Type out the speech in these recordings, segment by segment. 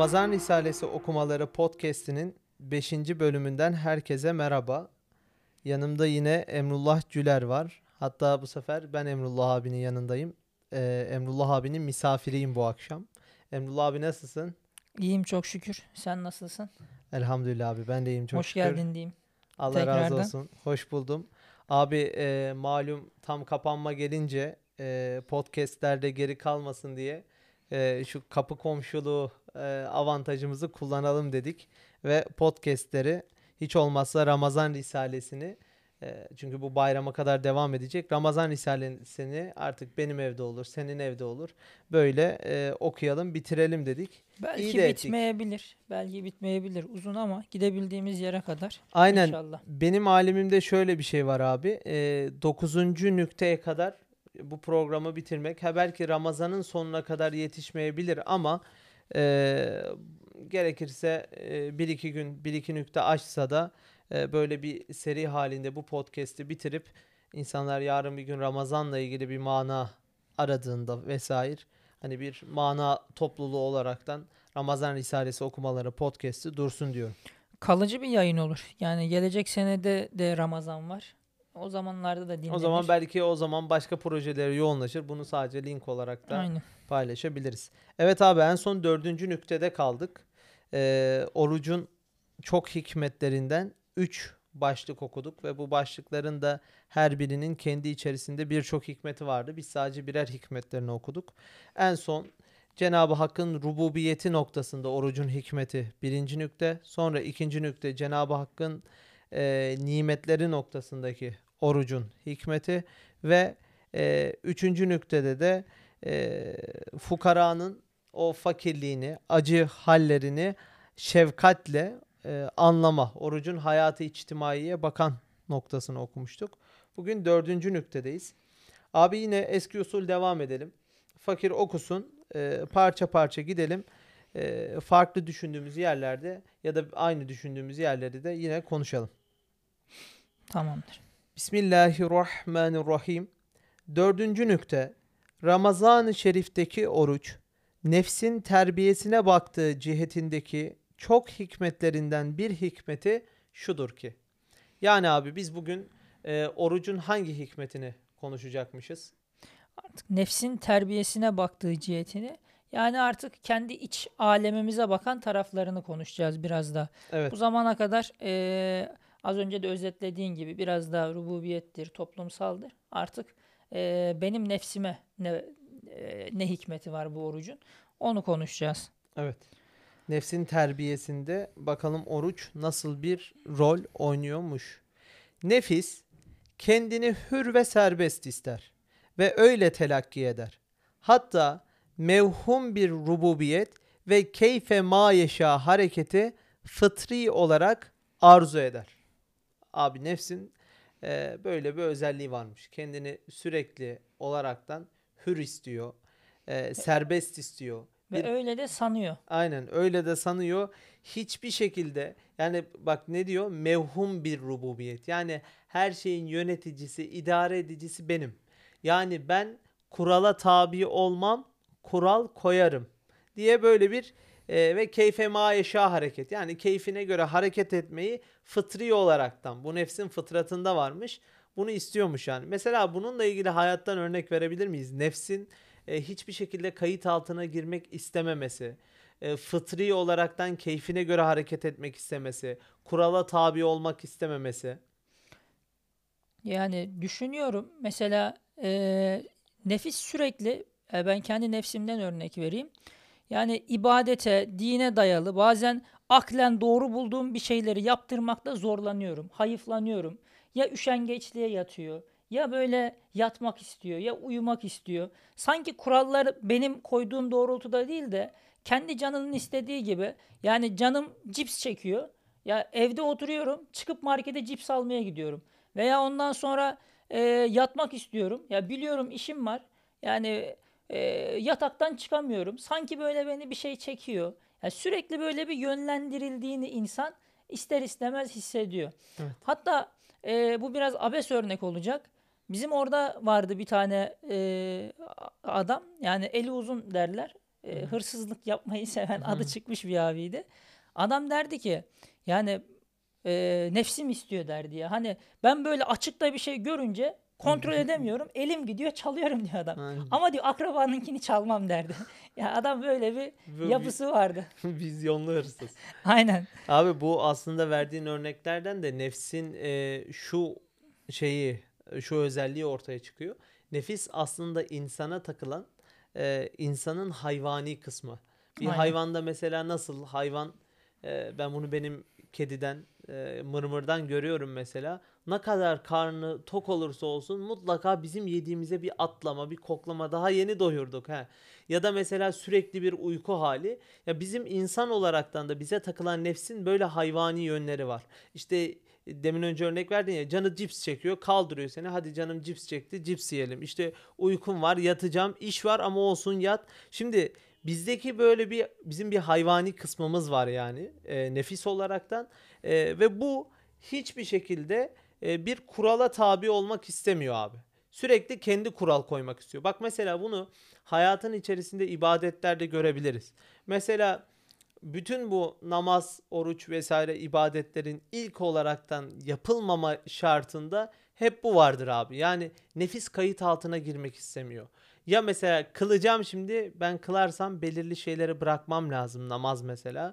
Ramazan Risalesi Okumaları Podcast'inin 5. bölümünden herkese merhaba. Yanımda yine Emrullah Güler var. Hatta bu sefer ben Emrullah abinin yanındayım. Emrullah abinin misafiriyim bu akşam. Emrullah abi nasılsın? İyiyim çok şükür. Sen nasılsın? Elhamdülillah abi ben de iyiyim çok Hoş şükür. geldin diyeyim Allah razı tekrardan. olsun. Hoş buldum. Abi malum tam kapanma gelince podcastlerde geri kalmasın diye şu kapı komşuluğu avantajımızı kullanalım dedik. Ve podcastleri hiç olmazsa Ramazan Risalesini çünkü bu bayrama kadar devam edecek. Ramazan Risalesini artık benim evde olur, senin evde olur. Böyle okuyalım, bitirelim dedik. İyi Belki de ettik. bitmeyebilir. Belki bitmeyebilir. Uzun ama gidebildiğimiz yere kadar Aynen. inşallah. Benim alemimde şöyle bir şey var abi. 9. nükteye kadar bu programı bitirmek. Ha belki Ramazan'ın sonuna kadar yetişmeyebilir ama e, gerekirse bir iki gün, bir iki nükte aşsa da böyle bir seri halinde bu podcast'i bitirip insanlar yarın bir gün Ramazan'la ilgili bir mana aradığında vesaire hani bir mana topluluğu olaraktan Ramazan Risalesi okumaları podcast'i dursun diyorum. Kalıcı bir yayın olur. Yani gelecek senede de Ramazan var. O zamanlarda da O zaman dinlenir. belki o zaman başka projelere yoğunlaşır. Bunu sadece link olarak da Aynen. paylaşabiliriz. Evet abi en son 4. nüktede kaldık. Orucun çok hikmetlerinden 3 başlık okuduk ve bu başlıkların da her birinin kendi içerisinde birçok hikmeti vardı. Biz sadece birer hikmetlerini okuduk. En son Cenab-ı Hakk'ın rububiyeti noktasında orucun hikmeti birinci nükte. Sonra ikinci nükte Cenab-ı Hakk'ın nimetleri noktasındaki orucun hikmeti ve üçüncü nüktede de fukaranın o fakirliğini, acı hallerini şefkatle anlama, orucun hayatı içtimaiye bakan noktasını okumuştuk. Bugün 4. nüktedeyiz. Abi yine eski usul devam edelim. Fakir okusun, parça parça gidelim. Farklı düşündüğümüz yerlerde ya da aynı düşündüğümüz yerleri de yine konuşalım. Tamamdır. Bismillahirrahmanirrahim. 4. nükte. Ramazan-ı Şerif'teki oruç, nefsin terbiyesine baktığı cihetindeki çok hikmetlerinden bir hikmeti şudur ki. Yani abi biz bugün orucun hangi hikmetini konuşacakmışız? Artık nefsin terbiyesine baktığı cihetini, yani artık kendi iç alemimize bakan taraflarını konuşacağız biraz da. Evet. Bu zamana kadar az önce de özetlediğin gibi biraz daha rububiyettir, toplumsaldır. Artık benim nefsime ne hikmeti var bu orucun, onu konuşacağız. Evet. Nefsin terbiyesinde bakalım oruç nasıl bir rol oynuyormuş. Nefis kendini hür ve serbest ister ve öyle telakki eder. Hatta mevhum bir rububiyet ve keyfe ma yeşa hareketi fıtri olarak arzu eder. Abi nefsin böyle bir özelliği varmış. Kendini sürekli olaraktan hür istiyor, serbest istiyor. Ve öyle de sanıyor. Aynen öyle de sanıyor. Hiçbir şekilde yani bak ne diyor? Mevhum bir rububiyet. Yani her şeyin yöneticisi, idare edicisi benim. Yani ben kurala tabi olmam, kural koyarım diye böyle bir ve keyfe ma yeşâ hareket. Yani keyfine göre hareket etmeyi fıtri olaraktan bu nefsin fıtratında varmış. Bunu istiyormuş yani. Mesela bununla ilgili hayattan örnek verebilir miyiz? Nefsin hiçbir şekilde kayıt altına girmek istememesi, fıtri olaraktan keyfine göre hareket etmek istemesi, kurala tabi olmak istememesi. Yani düşünüyorum mesela, nefis sürekli, ben kendi nefsimden örnek vereyim. Yani ibadete, dine dayalı bazen aklen doğru bulduğum bir şeyleri yaptırmakta zorlanıyorum, hayıflanıyorum. Ya üşengeçliğe yatıyor, ya böyle yatmak istiyor, ya uyumak istiyor. Sanki kurallar benim koyduğum doğrultuda değil de kendi canının istediği gibi. Yani canım cips çekiyor. Ya evde oturuyorum, çıkıp markete cips almaya gidiyorum. Veya ondan sonra yatmak istiyorum. Ya biliyorum işim var. Yani e, yataktan çıkamıyorum. Sanki böyle beni bir şey çekiyor. Yani sürekli böyle bir yönlendirildiğini insan ister istemez hissediyor. Evet. Hatta bu biraz abes örnek olacak. Bizim orada vardı bir tane adam. Yani eli uzun derler. hırsızlık yapmayı seven Hı adı hı. çıkmış bir abiydi. Adam derdi ki yani nefsim istiyor derdi ya. Hani ben böyle açıkta bir şey görünce kontrol edemiyorum. Elim gidiyor çalıyorum diyor adam. Aynen. Ama diyor akrabanınkini çalmam derdi. Ya adam böyle bir Bu yapısı vardı. vizyonlu hırsız. Aynen. Abi bu aslında verdiğin örneklerden de nefsin şu şeyi, şu özelliği ortaya çıkıyor. Nefis aslında insana takılan insanın hayvani kısmı. Bir Aynen. hayvanda mesela nasıl hayvan, ben bunu benim kediden, mırmırdan görüyorum mesela. Ne kadar karnı tok olursa olsun mutlaka bizim yediğimize bir atlama, bir koklama, daha yeni doyurduk ha. Ya da mesela sürekli bir uyku hali. Ya bizim insan olaraktan da bize takılan nefsin böyle hayvani yönleri var. İşte demin önce örnek verdin ya, canı cips çekiyor, kaldırıyor seni, hadi canım cips çekti, cips yiyelim. İşte uykum var, yatacağım, iş var ama olsun yat. Şimdi bizdeki böyle bir bizim bir hayvani kısmımız var yani, nefis olaraktan. Ve bu hiçbir şekilde bir kurala tabi olmak istemiyor abi. Sürekli kendi kural koymak istiyor. Bak mesela bunu hayatın içerisinde ibadetlerde görebiliriz. Mesela bütün bu namaz, oruç vesaire ibadetlerin ilk olaraktan yapılmama şartında hep bu vardır abi. Yani nefis kayıt altına girmek istemiyor. Ya mesela kılacağım, şimdi ben kılarsam belirli şeyleri bırakmam lazım, namaz mesela.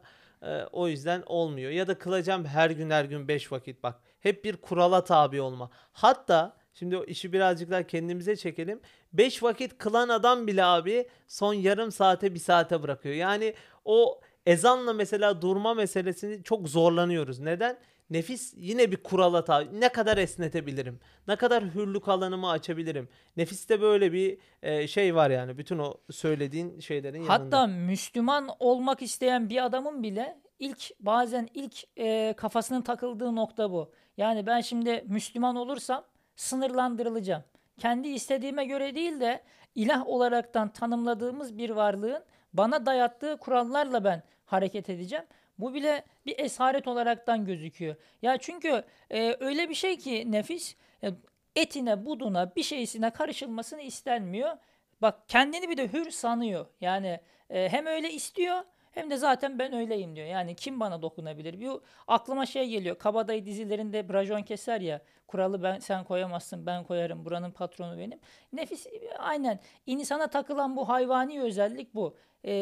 O yüzden olmuyor. Ya da kılacağım her gün her gün 5 vakit, bak. Hep bir kurala tabi olma. Hatta şimdi o işi birazcık daha kendimize çekelim. 5 vakit kılan adam bile abi son yarım saate, bir saate bırakıyor. Yani o ezanla mesela durma meselesini çok zorlanıyoruz. Neden? Nefis yine bir kurala tabi. Ne kadar esnetebilirim? Ne kadar hürlük alanımı açabilirim? Nefiste böyle bir şey var yani, bütün o söylediğin şeylerin yanında. Hatta Müslüman olmak isteyen bir adamın bile bazen ilk kafasının takıldığı nokta bu. Yani ben şimdi Müslüman olursam sınırlandırılacağım. Kendi istediğime göre değil de ilah olaraktan tanımladığımız bir varlığın bana dayattığı kurallarla ben hareket edeceğim. Bu bile bir esaret olaraktan gözüküyor. Ya çünkü öyle bir şey ki nefis etine, buduna, bir şeysine karışılmasını istenmiyor. Bak kendini bir de hür sanıyor. Yani hem öyle istiyor hem de zaten ben öyleyim diyor. Yani kim bana dokunabilir? Bu aklıma şey geliyor. Kabadayı dizilerinde Rajon keser ya. Kuralı sen koyamazsın, ben koyarım. Buranın patronu benim. Nefis aynen insana takılan bu hayvani özellik bu.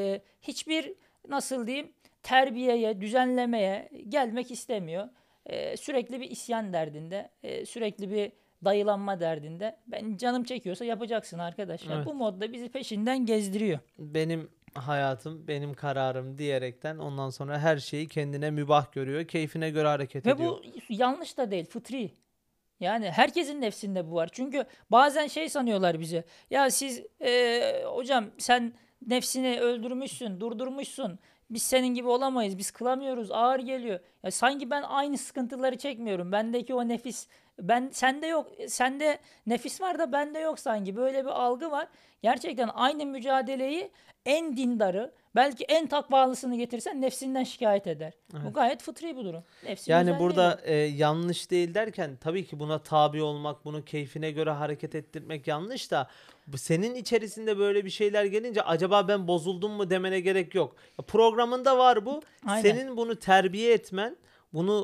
Hiçbir nasıl diyeyim terbiyeye, düzenlemeye gelmek istemiyor. Sürekli bir isyan derdinde, sürekli bir dayılanma derdinde. Ben canım çekiyorsa yapacaksın arkadaş. Ya Evet. bu modda bizi peşinden gezdiriyor. Benim hayatım, benim kararım diyerekten ondan sonra her şeyi kendine mübah görüyor. Keyfine göre hareket Ve ediyor. bu yanlış da değil, fıtri. Yani herkesin nefsinde bu var. Çünkü bazen şey sanıyorlar bize. Ya siz hocam sen nefsini öldürmüşsün, durdurmuşsun. Biz senin gibi olamayız. Biz kılamıyoruz. Ağır geliyor. Ya sanki ben aynı sıkıntıları çekmiyorum. Bendeki o nefis sende yok. Sende nefis var da bende yok sanki. Böyle bir algı var. Gerçekten aynı mücadeleyi en dindarı, belki en takvalısını getirsen nefsinden şikayet eder. Bu Evet. gayet fıtri bir durum. Nefsin Yani özelliği bu. burada yanlış değil derken tabii ki buna tabi olmak, bunu keyfine göre hareket ettirmek yanlış da, bu senin içerisinde böyle bir şeyler gelince acaba ben bozuldum mu demene gerek yok. Ya programında var bu. Aynen. Senin bunu terbiye etmen, bunu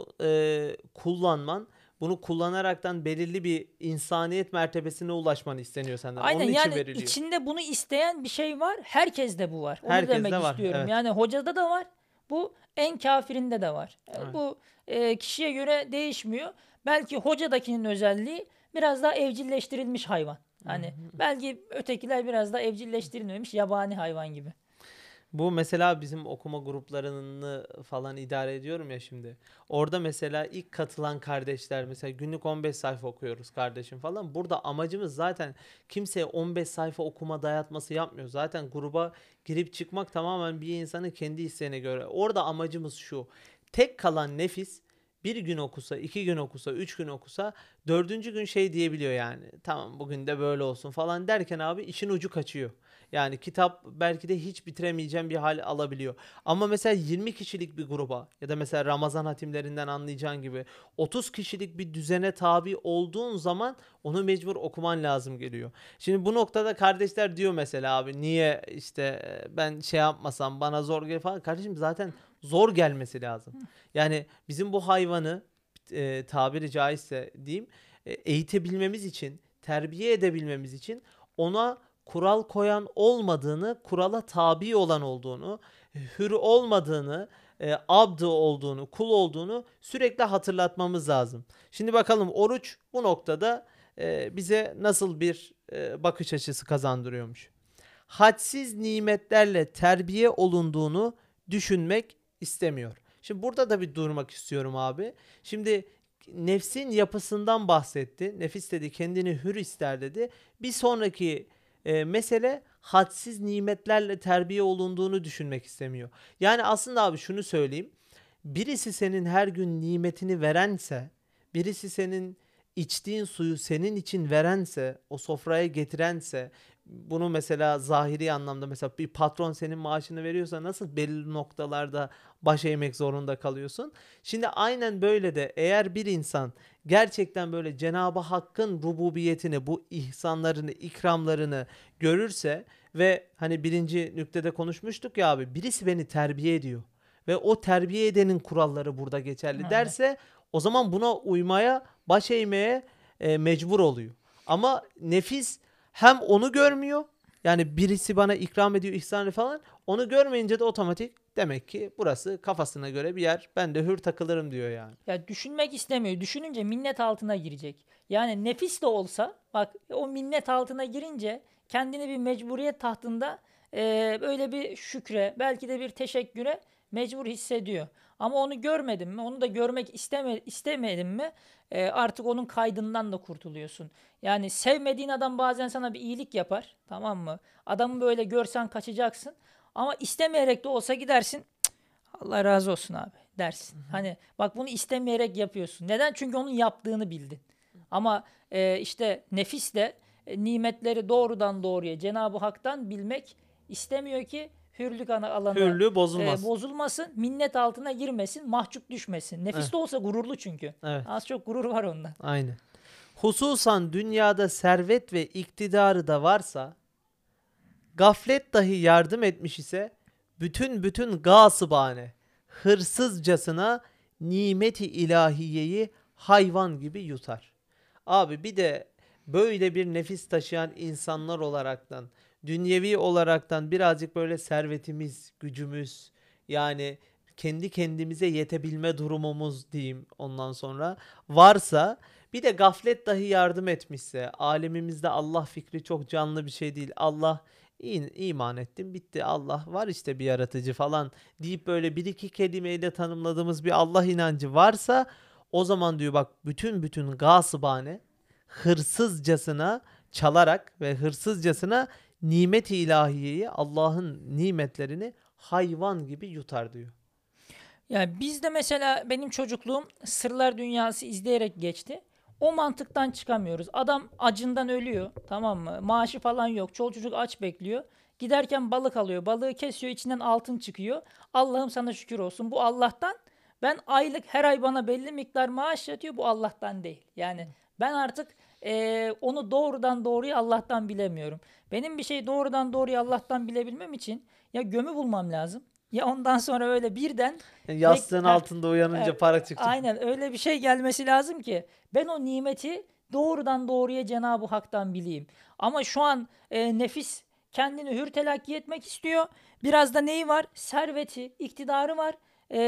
kullanman, bunu kullanaraktan belirli bir insaniyet mertebesine ulaşman isteniyor senden. Aynen Onun için yani veriliyor. içinde bunu isteyen bir şey var. Herkeste bu var. Onu Herkeste demek var. istiyorum. Evet. Yani hocada da var. Bu en kafirinde de var. Evet. Bu kişiye göre değişmiyor. Belki hocadakinin özelliği biraz daha evcilleştirilmiş hayvan. Hani belki ötekiler biraz daha evcilleştirilmemiş yabani hayvan gibi. Bu mesela bizim okuma gruplarını falan idare ediyorum ya şimdi. Orada mesela ilk katılan kardeşler mesela günlük 15 sayfa okuyoruz kardeşim falan. Burada amacımız zaten kimseye 15 sayfa okuma dayatması yapmıyor. Zaten gruba girip çıkmak tamamen bir insanın kendi isteğine göre. Orada amacımız şu: tek kalan nefis bir gün okusa, 2 gün okusa, 3 gün okusa, dördüncü gün şey diyebiliyor yani. Tamam, bugün de böyle olsun falan derken abi işin ucu kaçıyor. Yani kitap belki de hiç bitiremeyeceğim bir hal alabiliyor. Ama mesela 20 kişilik bir gruba ya da mesela Ramazan hatimlerinden anlayacağın gibi 30 kişilik bir düzene tabi olduğun zaman onu mecbur okuman lazım geliyor. Şimdi bu noktada kardeşler diyor mesela, abi niye işte ben şey yapmasam bana zor geliyor falan. Kardeşim zaten zor gelmesi lazım. Yani bizim bu hayvanı tabiri caizse diyeyim eğitebilmemiz için, terbiye edebilmemiz için ona kural koyan olmadığını, kurala tabi olan olduğunu, hür olmadığını, abd olduğunu, kul olduğunu sürekli hatırlatmamız lazım. Şimdi bakalım oruç bu noktada bize nasıl bir bakış açısı kazandırıyormuş. Hadsiz nimetlerle terbiye olunduğunu düşünmek istemiyor. Şimdi burada da bir durmak istiyorum abi. Şimdi nefsin yapısından bahsetti. Nefis dedi kendini hür ister dedi. Bir sonraki mesele hadsiz nimetlerle terbiye olunduğunu düşünmek istemiyor. Yani aslında abi şunu söyleyeyim. Birisi senin her gün nimetini verense, birisi senin içtiğin suyu senin için verense, o sofraya getirense, bunu mesela zahiri anlamda mesela bir patron senin maaşını veriyorsa nasıl belli noktalarda baş eğmek zorunda kalıyorsun? Şimdi aynen böyle de eğer bir insan gerçekten böyle Cenab-ı Hakk'ın rububiyetini, bu ihsanlarını, ikramlarını görürse ve hani birinci nüktede konuşmuştuk ya abi, birisi beni terbiye ediyor ve o terbiye edenin kuralları burada geçerli Aynen. derse o zaman buna uymaya, baş eğmeye mecbur oluyor. Ama nefis hem onu görmüyor, yani birisi bana ikram ediyor, ihsan ediyor falan, onu görmeyince de otomatik demek ki burası kafasına göre bir yer, ben de hür takılırım diyor yani. Ya düşünmek istemiyor. Düşününce minnet altına girecek. Yani nefis de olsa bak o minnet altına girince kendini bir mecburiyet tahtında böyle bir şükre belki de bir teşekküre mecbur hissediyor. Ama onu görmedin mi onu da görmek istemedin mi artık onun kaydından da kurtuluyorsun. Yani sevmediğin adam bazen sana bir iyilik yapar, tamam mı? Adamı böyle görsen kaçacaksın. Ama istemeyerek de olsa gidersin. Allah razı olsun abi dersin. Hani bak bunu istemeyerek yapıyorsun. Neden? Çünkü onun yaptığını bildin. Ama işte nefis de nimetleri doğrudan doğruya Cenab-ı Hak'tan bilmek istemiyor ki hürlük alanı Hürlüğü bozulmaz. bozulmasın, minnet altına girmesin, mahcup düşmesin. Evet, Nefis de olsa gururlu çünkü. evet, Az çok gurur var onda. aynen. Hususan dünyada servet ve iktidarı da varsa, gaflet dahi yardım etmiş ise bütün gasıbane, hırsızcasına nimeti ilahiyeyi hayvan gibi yutar. Abi bir de böyle bir nefis taşıyan insanlar olaraktan, dünyevi olaraktan birazcık böyle servetimiz, gücümüz, yani kendi kendimize yetebilme durumumuz diyeyim ondan sonra varsa, bir de gaflet dahi yardım etmişse, alemimizde Allah fikri çok canlı bir şey değil. Allah iman ettim bitti, Allah var işte bir yaratıcı falan deyip böyle bir iki kelimeyle tanımladığımız bir Allah inancı varsa, o zaman diyor bak bütün gasıbane, hırsızcasına çalarak ve hırsızcasına nimet-i ilahiyeyi, Allah'ın nimetlerini hayvan gibi yutar diyor. Ya bizde mesela benim çocukluğum Sırlar Dünyası izleyerek geçti. O mantıktan çıkamıyoruz. Adam acından ölüyor, tamam mı? Maaşı falan yok. Çoluk çocuk aç bekliyor. Giderken balık alıyor. Balığı kesiyor, içinden altın çıkıyor. Allah'ım sana şükür olsun. Bu Allah'tan. Ben aylık her ay bana belli miktar maaş yatıyor. Bu Allah'tan değil. Yani ben artık onu doğrudan doğruya Allah'tan bilemiyorum. Benim bir şey doğrudan doğruya Allah'tan bilebilmem için ya gömü bulmam lazım. Ya ondan sonra öyle birden Yani yastığın altında e, uyanınca para çıkacak. aynen öyle bir şey gelmesi lazım ki ben o nimeti doğrudan doğruya Cenab-ı Hak'tan bileyim. Ama şu an nefis kendini hür telakki etmek istiyor. Biraz da neyi var? Serveti, iktidarı var.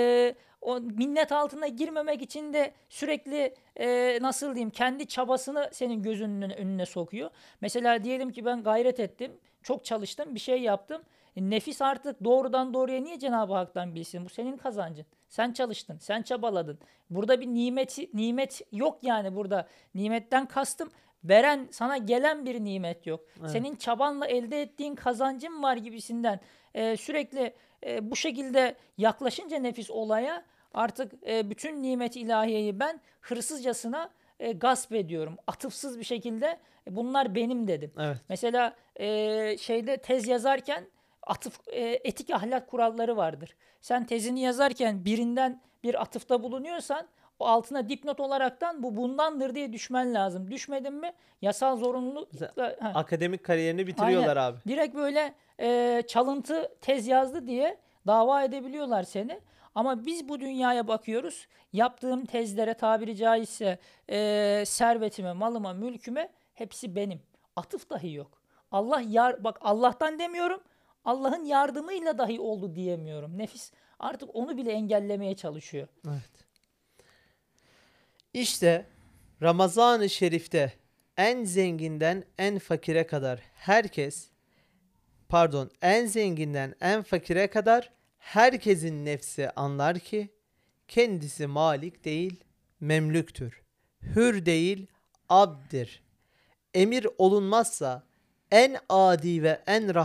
O minnet altına girmemek için de sürekli nasıl diyeyim kendi çabasını senin gözünün önüne sokuyor. Mesela diyelim ki ben gayret ettim, çok çalıştım, bir şey yaptım. Nefis artık doğrudan doğruya niye Cenab-ı Hak'tan bilsin? Bu senin kazancın. Sen çalıştın, sen çabaladın. Burada bir nimet yok yani burada. Nimetten kastım veren, sana gelen bir nimet yok. Evet. Senin çabanla elde ettiğin kazancın var gibisinden sürekli bu şekilde yaklaşınca nefis olaya Artık bütün nimet ilahiyeyi ben hırsızcasına gasp ediyorum. Atıfsız bir şekilde bunlar benim dedim. Evet. Mesela şeyde tez yazarken etik ahlak kuralları vardır. Sen tezini yazarken birinden bir atıfta bulunuyorsan o altına dipnot olaraktan bu bundandır diye düşmen lazım. Düşmedin mi yasal zorunlulukla Akademik kariyerini bitiriyorlar aynen. abi. Direkt böyle çalıntı tez yazdı diye dava edebiliyorlar seni. Ama biz bu dünyaya bakıyoruz. Yaptığım tezlere tabiri caizse servetime, malıma, mülküme hepsi benim. Atıf dahi yok. Bak Allah'tan demiyorum. Allah'ın yardımıyla dahi oldu diyemiyorum. Nefis artık onu bile engellemeye çalışıyor. Evet. İşte Ramazan-ı Şerif'te en zenginden en fakire kadar en zenginden en fakire kadar herkesin nefsi anlar ki kendisi malik değil, memlüktür. Hür değil, abdir. Emir olunmazsa en adi ve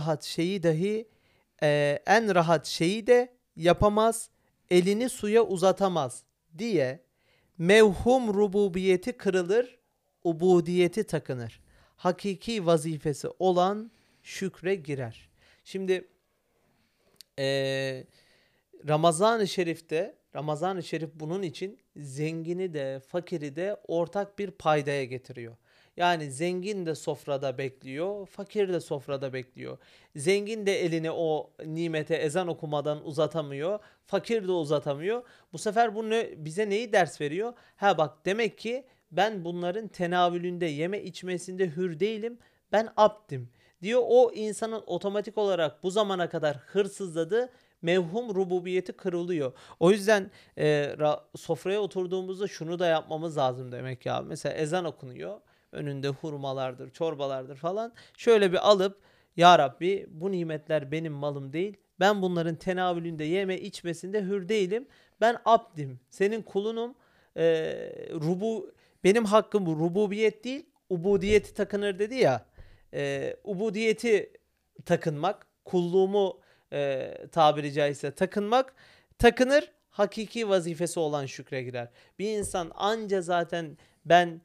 en rahat şeyi de yapamaz, elini suya uzatamaz diye mevhum rububiyeti kırılır, ubudiyeti takınır. Hakiki vazifesi olan şükre girer. Şimdi Ramazan-ı Şerif bunun için zengini de fakiri de ortak bir paydaya getiriyor. Yani zengin de sofrada bekliyor, fakir de sofrada bekliyor. Zengin de elini o nimete ezan okumadan uzatamıyor, fakir de uzatamıyor. Bu sefer bu bize neyi ders veriyor? Ha bak, demek ki ben bunların tenavülünde, yeme içmesinde hür değilim, ben abdim diyor. O insanın otomatik olarak bu zamana kadar hırsızladığı mevhum rububiyeti kırılıyor. O yüzden sofraya oturduğumuzda şunu da yapmamız lazım demek ya. Mesela ezan okunuyor. Önünde hurmalardır, çorbalardır falan. Şöyle bir alıp, ya Rabbi bu nimetler benim malım değil. Ben bunların tenavülünde, yeme içmesinde hür değilim. Ben abdim. Senin kulunum. Benim hakkım bu. Rububiyet değil, ubudiyeti takınır dedi ya. Ubudiyeti takınmak, kulluğumu tabiri caizse takınır, hakiki vazifesi olan şükre girer. Bir insan anca zaten ben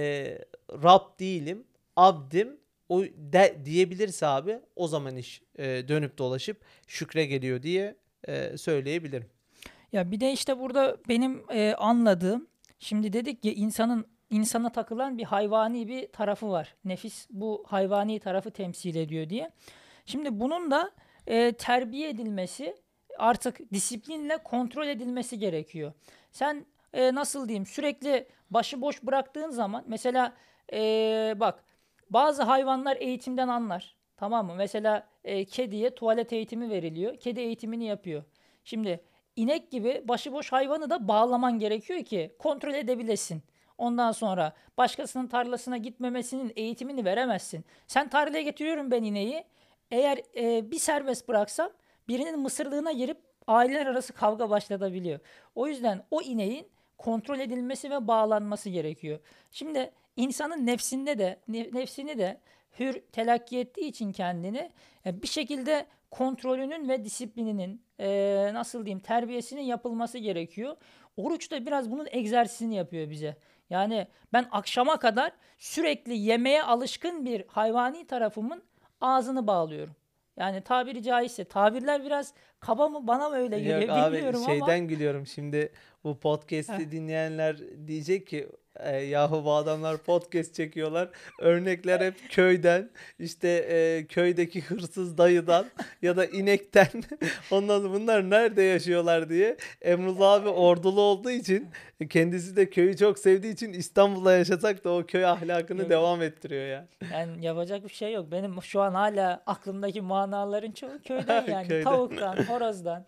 Rab değilim, abdim diyebilirse abi, o zaman iş dönüp dolaşıp şükre geliyor diye söyleyebilirim. Ya bir de işte burada benim anladığım, şimdi dedik ya insana takılan bir hayvani bir tarafı var. Nefis bu hayvani tarafı temsil ediyor diye. Şimdi bunun da terbiye edilmesi, artık disiplinle kontrol edilmesi gerekiyor. Sen nasıl diyeyim, sürekli başıboş bıraktığın zaman mesela bak, bazı hayvanlar eğitimden anlar. Tamam mı? Mesela kediye tuvalet eğitimi veriliyor. Kedi eğitimini yapıyor. Şimdi inek gibi başıboş hayvanı da bağlaman gerekiyor ki kontrol edebilesin. Ondan sonra başkasının tarlasına gitmemesinin eğitimini veremezsin. Sen tarlaya getiriyorum ben ineği. Eğer bir serbest bıraksam birinin mısırlığına girip aileler arası kavga başlatabiliyor. O yüzden o ineğin kontrol edilmesi ve bağlanması gerekiyor. Şimdi insanın nefsini de hür telakki ettiği için kendini bir şekilde kontrolünün ve disiplininin nasıl diyeyim, terbiyesinin yapılması gerekiyor. Oruç da biraz bunun egzersizini yapıyor bize. Yani ben akşama kadar sürekli yemeye alışkın bir hayvani tarafımın ağzını bağlıyorum. Yani tabiri caizse, tabirler biraz kaba mı, bana mı öyle geliyor Yok abi, bilmiyorum ama şeyden gülüyorum şimdi, bu podcast'i dinleyenler diyecek ki yahu bu adamlar podcast çekiyorlar, örnekler hep köyden, işte köydeki hırsız dayıdan ya da inekten. Ondan sonra bunlar nerede yaşıyorlar diye. Emrullah abi ordulu olduğu için, kendisi de köyü çok sevdiği için İstanbul'da yaşasak da o köy ahlakını yok, devam ettiriyor ya. yani yapacak bir şey yok. Benim şu an hala aklımdaki manaların çoğu köyden, yani Köyde. tavuktan, horozdan.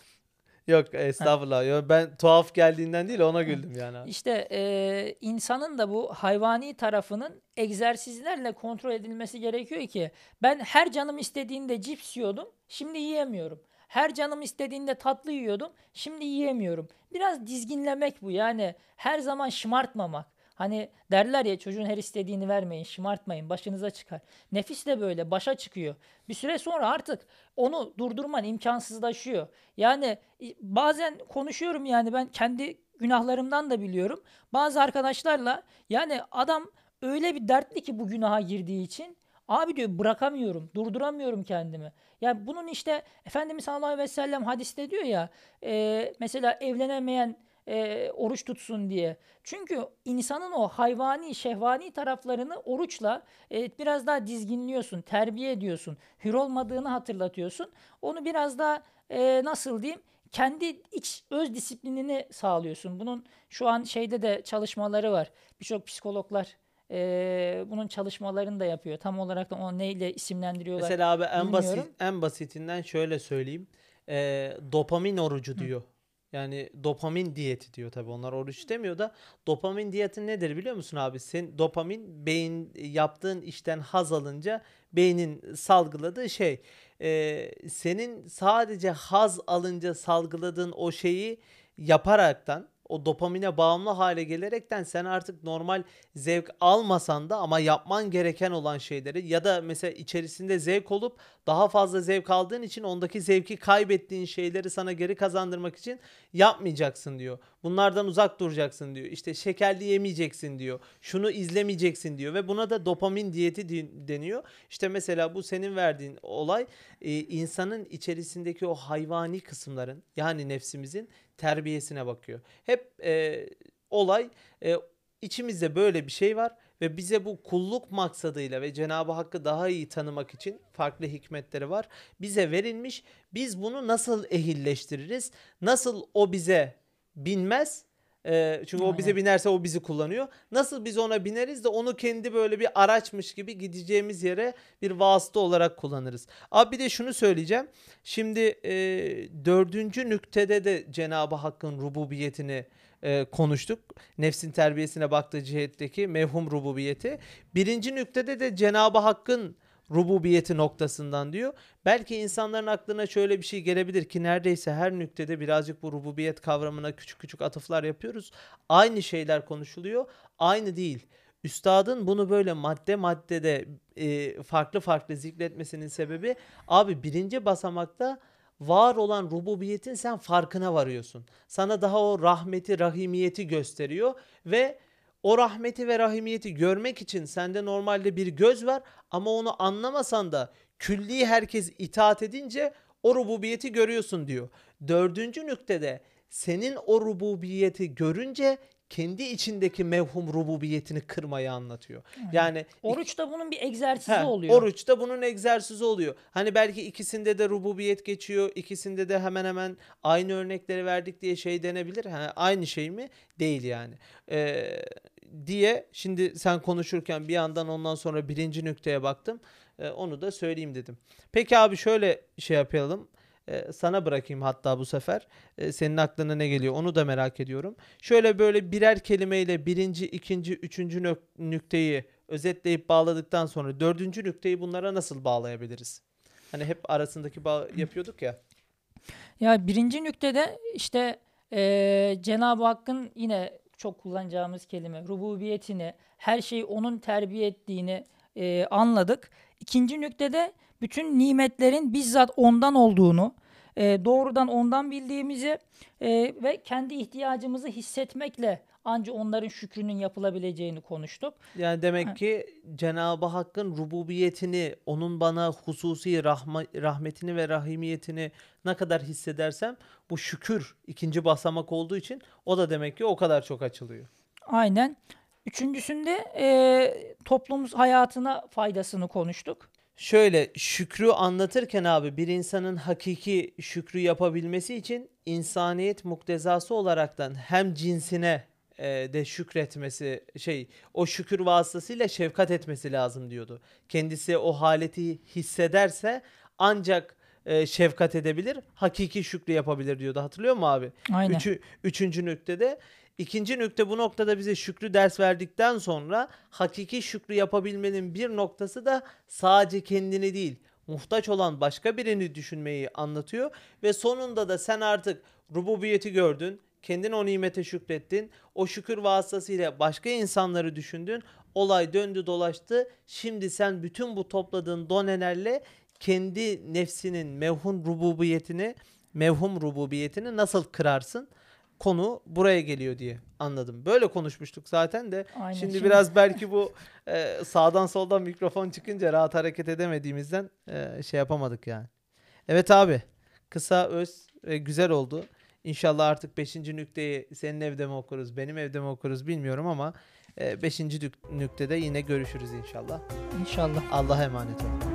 Yok estağfurullah. Yok, ben tuhaf geldiğinden değil, ona güldüm yani abi. İşte insanın da bu hayvani tarafının egzersizlerle kontrol edilmesi gerekiyor ki ben her canım istediğinde cips yiyordum, şimdi yiyemiyorum. Her canım istediğinde tatlı yiyordum, şimdi yiyemiyorum. Biraz dizginlemek bu, yani her zaman şımartmamak. Hani derler ya, çocuğun her istediğini vermeyin, şımartmayın, başınıza çıkar. Nefis de böyle başa çıkıyor. Bir süre sonra artık onu durdurman imkansızlaşıyor. Yani bazen konuşuyorum, yani ben kendi günahlarımdan da biliyorum. Bazı arkadaşlarla, yani adam öyle bir dertli ki bu günaha girdiği için, abi diyor, bırakamıyorum, durduramıyorum kendimi. Ya bunun işte Efendimiz sallallahu aleyhi ve sellem hadiste diyor ya, mesela evlenemeyen oruç tutsun diye. Çünkü insanın o hayvani, şehvani taraflarını oruçla biraz daha dizginliyorsun, terbiye ediyorsun. Hür olmadığını hatırlatıyorsun. Onu biraz daha nasıl diyeyim, kendi iç öz disiplinini sağlıyorsun. Bunun şu an şeyde de çalışmaları var. Birçok psikologlar bunun çalışmalarını da yapıyor. Tam olarak da onu neyle isimlendiriyorlar Mesela abi en basit bilmiyorum. en basitinden şöyle söyleyeyim. Dopamin orucu Hı. diyor. Yani dopamin diyeti diyor, tabii onlar oruç demiyor da dopamin diyeti nedir biliyor musun abi? Sen dopamin, beyin yaptığın işten haz alınca beynin salgıladığı şey. Senin sadece haz alınca salgıladığın o şeyi yaparaktan, o dopamine bağımlı hale gelerekten sen artık normal zevk almasan da ama yapman gereken olan şeyleri, ya da mesela içerisinde zevk olup daha fazla zevk aldığın için ondaki zevki kaybettiğin şeyleri sana geri kazandırmak için yapmayacaksın diyor. Bunlardan uzak duracaksın diyor. İşte şekerli yemeyeceksin diyor. Şunu izlemeyeceksin diyor ve buna da dopamin diyeti deniyor. İşte mesela bu senin verdiğin olay insanın içerisindeki o hayvani kısımların, yani nefsimizin terbiyesine bakıyor. Hep olay, e, içimizde böyle bir şey var ve bize bu kulluk maksadıyla ve Cenab-ı Hakk'ı daha iyi tanımak için farklı hikmetleri var. Bize verilmiş. Biz bunu nasıl ehilleştiririz? Nasıl o bize binmez? Çünkü o bize Aynen. binerse o bizi kullanıyor. Nasıl biz ona bineriz de onu kendi böyle bir araçmış gibi gideceğimiz yere bir vasıta olarak kullanırız. Abi bir de şunu söyleyeceğim. Şimdi dördüncü nüktede de Cenab-ı Hakk'ın rububiyetini konuştuk. Nefsin terbiyesine baktığı cihetteki mevhum rububiyeti. Birinci nüktede de Cenab-ı Hakk'ın rububiyeti noktasından diyor. Belki insanların aklına şöyle bir şey gelebilir ki neredeyse her nüktede birazcık bu rububiyet kavramına küçük küçük atıflar yapıyoruz. Aynı şeyler konuşuluyor. Aynı değil. Üstadın bunu böyle madde maddede farklı farklı zikretmesinin sebebi, abi birinci basamakta var olan rububiyetin sen farkına varıyorsun. Sana daha o rahmeti, rahimiyeti gösteriyor ve o rahmeti ve rahimiyeti görmek için sende normalde bir göz var ama onu anlamasan da külli herkes itaat edince o rububiyeti görüyorsun diyor. Dördüncü nüktede senin o rububiyeti görünce kendi içindeki mevhum rububiyetini kırmayı anlatıyor. Aynen. Yani Oruç da bunun bir egzersizi he, oluyor. oruç da bunun egzersizi oluyor. Hani belki ikisinde de rububiyet geçiyor. İkisinde de hemen hemen aynı örnekleri verdik diye şey denebilir. Ha, aynı şey mi? Değil yani. Diye şimdi sen konuşurken bir yandan ondan sonra birinci nükteye baktım. Onu da söyleyeyim dedim. Peki abi şöyle şey yapalım. Sana bırakayım hatta bu sefer. Senin aklına ne geliyor onu da merak ediyorum. Şöyle böyle birer kelimeyle birinci, ikinci, üçüncü nükteyi özetleyip bağladıktan sonra dördüncü nükteyi bunlara nasıl bağlayabiliriz? Hani hep arasındaki bağ yapıyorduk ya. Ya birinci nüktede işte Cenab-ı Hakk'ın yine çok kullanacağımız kelime rububiyetini, her şeyi onun terbiye ettiğini anladık. İkinci nüktede bütün nimetlerin bizzat ondan olduğunu, doğrudan ondan bildiğimizi ve kendi ihtiyacımızı hissetmekle ancak onların şükrünün yapılabileceğini konuştuk. Yani demek ki Cenab-ı Hakk'ın rububiyetini, onun bana hususi rahmetini ve rahimiyetini ne kadar hissedersem bu şükür ikinci basamak olduğu için o da demek ki o kadar çok açılıyor. Aynen. Üçüncüsünde toplum hayatına faydasını konuştuk. Şöyle şükrü anlatırken abi bir insanın hakiki şükrü yapabilmesi için insaniyet muktezası olaraktan hem cinsine de şükretmesi, o şükür vasıtasıyla şefkat etmesi lazım diyordu. Kendisi o haleti hissederse ancak şefkat edebilir, hakiki şükrü yapabilir diyordu. Hatırlıyor musun abi? Aynen. Üçüncü nüktede. İkinci nükte, bu noktada bize şükrü ders verdikten sonra hakiki şükrü yapabilmenin bir noktası da sadece kendini değil, muhtaç olan başka birini düşünmeyi anlatıyor ve sonunda da sen artık rububiyeti gördün, Kendin o nimete şükrettin. O şükür vasıtasıyla başka insanları düşündün. Olay döndü dolaştı. Şimdi sen bütün bu topladığın donelerle kendi nefsinin mevhum rububiyetini nasıl kırarsın? Konu buraya geliyor diye anladım. Böyle konuşmuştuk zaten de. Aynen. Şimdi biraz belki bu sağdan soldan mikrofon çıkınca rahat hareket edemediğimizden şey yapamadık yani. Evet abi. Kısa, öz ve güzel oldu. İnşallah artık beşinci nükteyi senin evde mi okuruz, benim evde mi okuruz bilmiyorum ama beşinci nüktede yine görüşürüz inşallah. İnşallah. Allah'a emanet olun.